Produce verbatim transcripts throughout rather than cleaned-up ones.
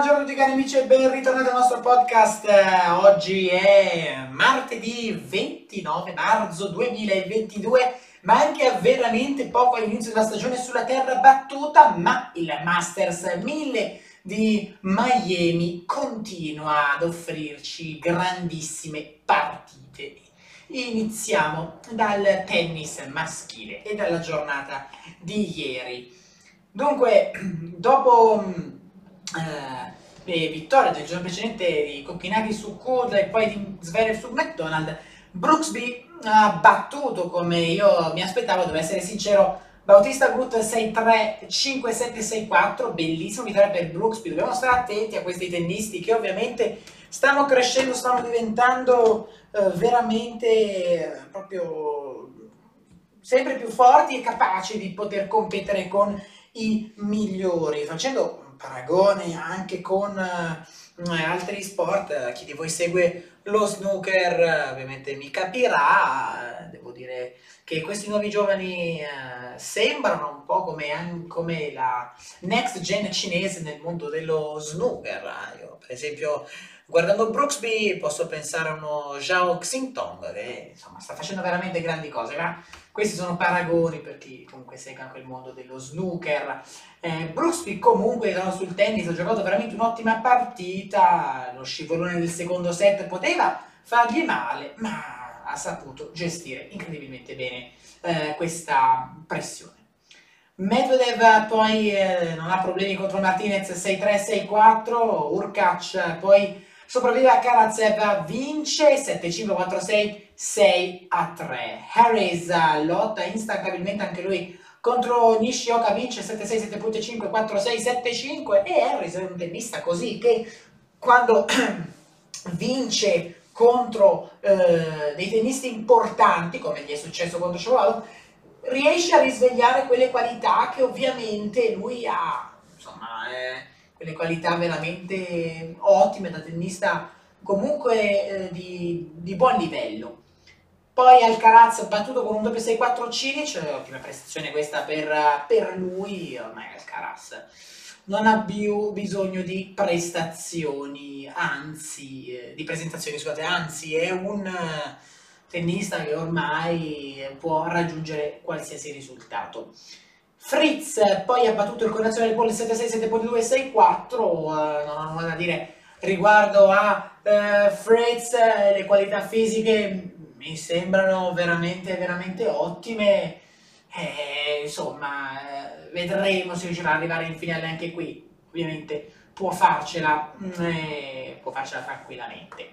Buongiorno a tutti cari amici e ben ritornati al nostro podcast. Oggi è martedì ventinove marzo duemilaventidue, manca veramente poco all'inizio della stagione sulla terra battuta, ma il Masters mille di Miami continua ad offrirci grandissime partite. Iniziamo dal tennis maschile e dalla giornata di ieri. Dunque, dopo eh, le vittorie del giorno precedente di Kokkinakis su Kudla e poi di Zverev su McDonald, Brooksby ha battuto, come io mi aspettavo, devo essere sincero, Bautista Agut sei tre, cinque sette, sei quattro, bellissima vittoria per Brooksby. Dobbiamo stare attenti a questi tennisti che ovviamente stanno crescendo, stanno diventando eh, veramente eh, proprio sempre più forti e capaci di poter competere con i migliori, facendo un paragone anche con eh, altri sport. Chi di voi segue lo snooker eh, ovviamente mi capirà. Devo dire che questi nuovi giovani eh, sembrano un po' come, come la next gen cinese nel mondo dello snooker. Io, per esempio, guardando Brooksby posso pensare a uno Zhao Xintong che insomma sta facendo veramente grandi cose, ma questi sono paragoni per chi comunque segue anche il mondo dello snooker. Eh, Brooksby comunque sul tennis ha giocato veramente un'ottima partita, lo scivolone del secondo set poteva fargli male, ma ha saputo gestire incredibilmente bene eh, questa pressione. Medvedev poi eh, non ha problemi contro Martinez, sei tre, sei quattro, Urkac poi sopravvive a Karatsev, vince sette cinque, quattro sei, sei a tre. Harris lotta instancabilmente anche lui contro Nishioka, vince sette sei, sette cinque, quattro sei, sette cinque, e Harris è un tennista così che quando vince contro eh, dei tennisti importanti, come gli è successo contro Shapovalov, riesce a risvegliare quelle qualità che ovviamente lui ha, insomma, eh, quelle qualità veramente ottime da tennista comunque eh, di, di buon livello. Poi Alcaraz battuto con un doppio sei quattro Cilic, ottima prestazione questa per, per lui. Ormai Alcaraz non ha più bisogno di prestazioni, anzi, eh, di presentazioni, scusate, anzi è un eh, tennista che ormai può raggiungere qualsiasi risultato. Fritz poi ha battuto il connazionale del Pole sette sei, sette due, sei quattro, eh, non ho nulla da dire riguardo a eh, Fritz, eh, le qualità fisiche mi sembrano veramente veramente ottime, e, insomma eh, vedremo se riuscirà ad arrivare in finale anche qui. Ovviamente può farcela, eh, può farcela tranquillamente.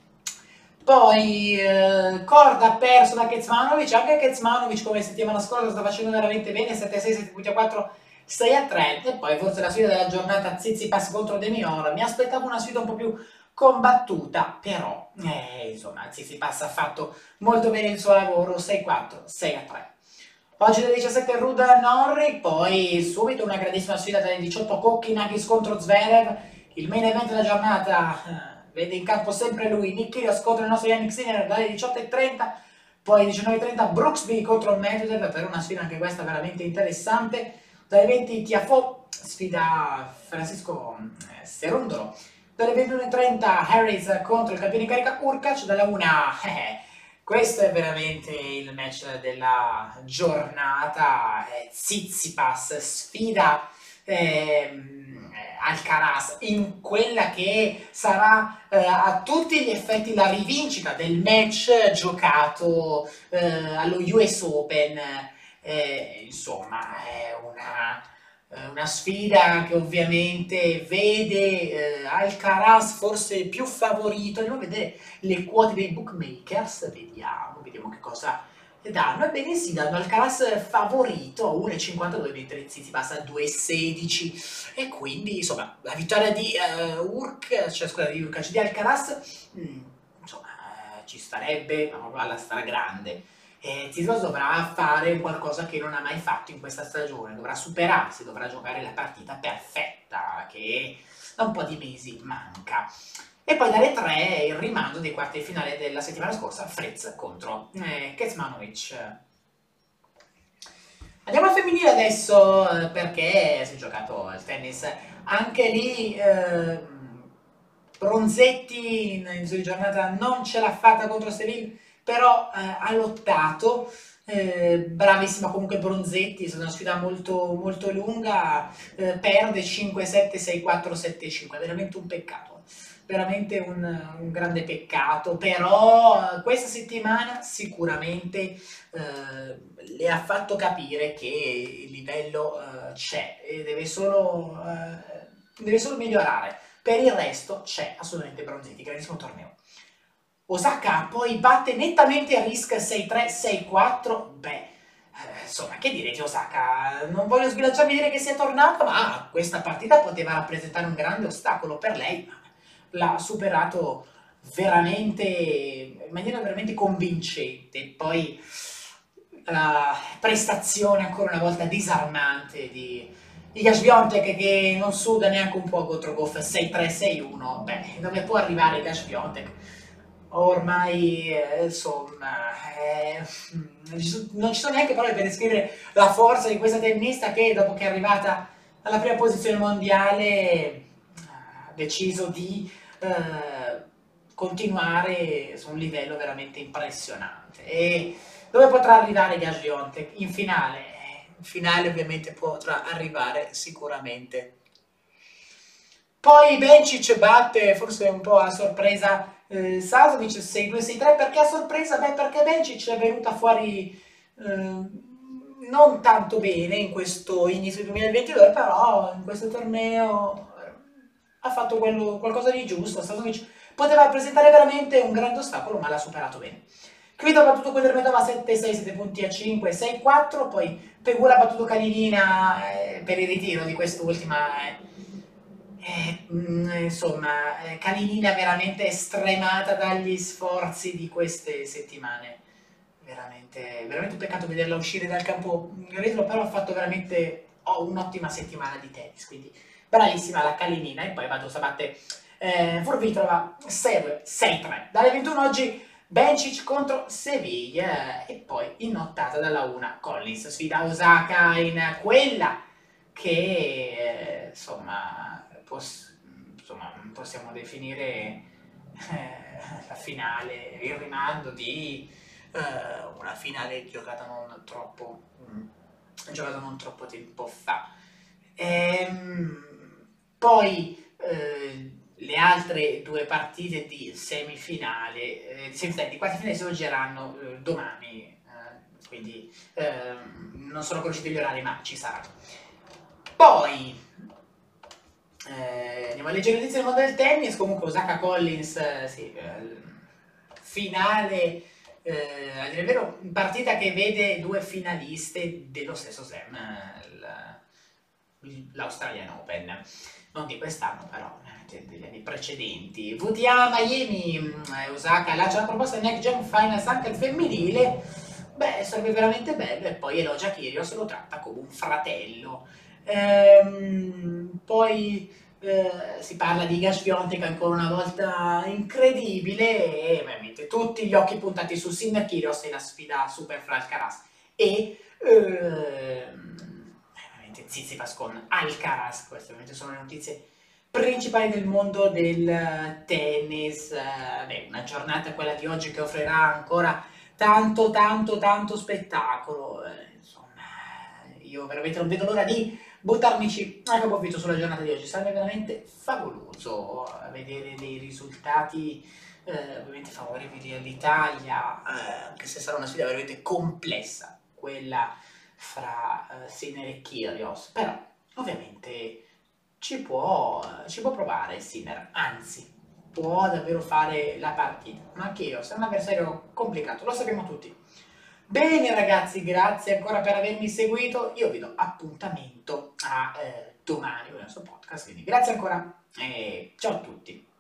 Poi eh, Korda ha perso da Kecmanovic, anche Kecmanovic come settimana scorsa sta facendo veramente bene, sette sei, sette quattro, sei a tre, e poi forse la sfida della giornata Tsitsipas contro Demior. Mi aspettavo una sfida un po' più combattuta, però eh, insomma Tsitsipas ha fatto molto bene il suo lavoro, sei quattro, sei a tre. Oggi alle diciassette Ruda Norri, poi subito una grandissima sfida dalle diciotto Kokkinakis contro Zverev, il main event della giornata eh, vede in campo sempre lui, Nick Kyrgios contro il nostro Yannick Sinner dalle diciotto e trenta, poi diciannove e trenta Brooksby contro Medvedev per una sfida anche questa veramente interessante, dalle venti Tiafoe sfida Francisco eh, Cerundolo, dalle ventuno e trenta Harris contro il campione in carica Urkac, dalla una eh, questo è veramente il match della giornata, eh, Tsitsipas sfida ehm, Alcaraz in quella che sarà eh, a tutti gli effetti la rivincita del match giocato eh, allo U S Open. Eh, insomma è una, una sfida che ovviamente vede eh, Alcaraz forse più favorito. Andiamo a vedere le quote dei bookmakers, vediamo, vediamo che cosa danno. Ebbene sì, danno Alcaraz favorito a uno e cinquantadue, mentre Tsitsipas a due e sedici, e quindi insomma la vittoria di uh, Urk, cioè scusa, di Urkac, di Alcaraz, mh, insomma eh, ci starebbe, ma proprio alla stragrande. E Tsitsipas dovrà fare qualcosa che non ha mai fatto in questa stagione, dovrà superarsi, dovrà giocare la partita perfetta che da un po' di mesi manca. E poi dalle tre il rimando dei quarti di finale della settimana scorsa, Fritz contro eh, Kecmanovic. Andiamo al femminile adesso, eh, perché si è giocato al tennis. Anche lì eh, Bronzetti in inizio di giornata non ce l'ha fatta contro Seville, però eh, ha lottato. Eh, bravissima comunque Bronzetti, è stata una sfida molto, molto lunga, eh, perde cinque sette, sei quattro, sette cinque, è veramente un peccato, veramente un, un grande peccato, però eh, questa settimana sicuramente eh, le ha fatto capire che il livello eh, c'è e deve solo, eh, deve solo migliorare. Per il resto c'è assolutamente Bronzetti, grandissimo torneo. Osaka poi batte nettamente Risk sei tre, sei quattro, beh, eh, insomma, che dire di Osaka? Non voglio sbilanciarmi a dire che sia tornata, ma questa partita poteva rappresentare un grande ostacolo per lei, l'ha superato veramente, in maniera veramente convincente. Poi la prestazione ancora una volta disarmante di, di Iga Świątek, che non suda neanche un po' contro Goff, sei tre, sei uno, beh, dove può arrivare Iga Świątek? Ormai, eh, insomma, eh, non ci sono neanche parole per descrivere la forza di questa tennista che, dopo che è arrivata alla prima posizione mondiale, ha deciso di eh, continuare su un livello veramente impressionante. E dove potrà arrivare Iga Świątek? In finale. In finale ovviamente potrà arrivare sicuramente. Poi Bencic batte, forse un po' a sorpresa, eh, Sasnovic sei due sei tre, perché a sorpresa? Beh, perché Bencic è venuta fuori eh, non tanto bene in questo inizio duemilaventidue, però in questo torneo eh, ha fatto quello, qualcosa di giusto. Sasnovic poteva rappresentare veramente un grande ostacolo, ma l'ha superato bene. Kvitov ha battuto Kudermetova sette sei, sette punti a cinque, sei quattro, poi Pegula ha battuto Kalinina eh, per il ritiro di quest'ultima. Eh, eh, mh, insomma, eh, Kalinina veramente stremata dagli sforzi di queste settimane. Veramente, veramente un peccato vederla uscire dal campo retro, però ha fatto veramente oh, un'ottima settimana di tennis, quindi bravissima la Kalinina. E poi vado batte eh, Vurvitrova sei due, sei tre. Dalle ventuno oggi Bencic contro Sevilla e poi in nottata dalla una Collins sfida Osaka in quella che eh, insomma, poss insomma possiamo definire eh, la finale, il rimando di eh, una finale giocata non troppo mh, giocata non troppo tempo fa. Ehm, poi eh, le altre due partite di semifinale, eh, semifinale di quarti finale si svolgeranno eh, domani, eh, quindi eh, non sono conosciuti gli orari, ma ci saranno. Poi eh, andiamo a leggere notizie del mondo del tennis. Comunque Osaka Collins, eh, sì, eh, finale, eh, a dire il vero, partita che vede due finaliste dello stesso slam, l'Australian Open, non di quest'anno però degli anni precedenti. V T A Miami, Osaka lancia la proposta del Next Gen Finals anche al femminile, beh, sarebbe veramente bello. E poi Elogia Kyrgios lo tratta come un fratello. Ehm, poi eh, si parla di Iga Świątek ancora una volta incredibile, e veramente tutti gli occhi puntati su Sinner Kyrgios e la sfida super fra Alcaraz e ehm, veramente Tsitsipas con Alcaraz. Queste ovviamente sono le notizie principali del mondo del tennis. Beh, una giornata, quella di oggi, che offrirà ancora tanto tanto tanto spettacolo. Eh, insomma, io veramente non vedo l'ora di buttarmici a capofitto sulla giornata di oggi. Sarebbe veramente favoloso vedere dei risultati eh, ovviamente favorevoli all'Italia, eh, anche se sarà una sfida veramente complessa quella fra eh, Sinner e Kyrgios, però ovviamente ci può, ci può provare Sinner, anzi può davvero fare la partita, ma Kyrgios è un avversario complicato, lo sappiamo tutti. Bene ragazzi, grazie ancora per avermi seguito, io vi do appuntamento a eh, domani con il nostro podcast, quindi grazie ancora e ciao a tutti.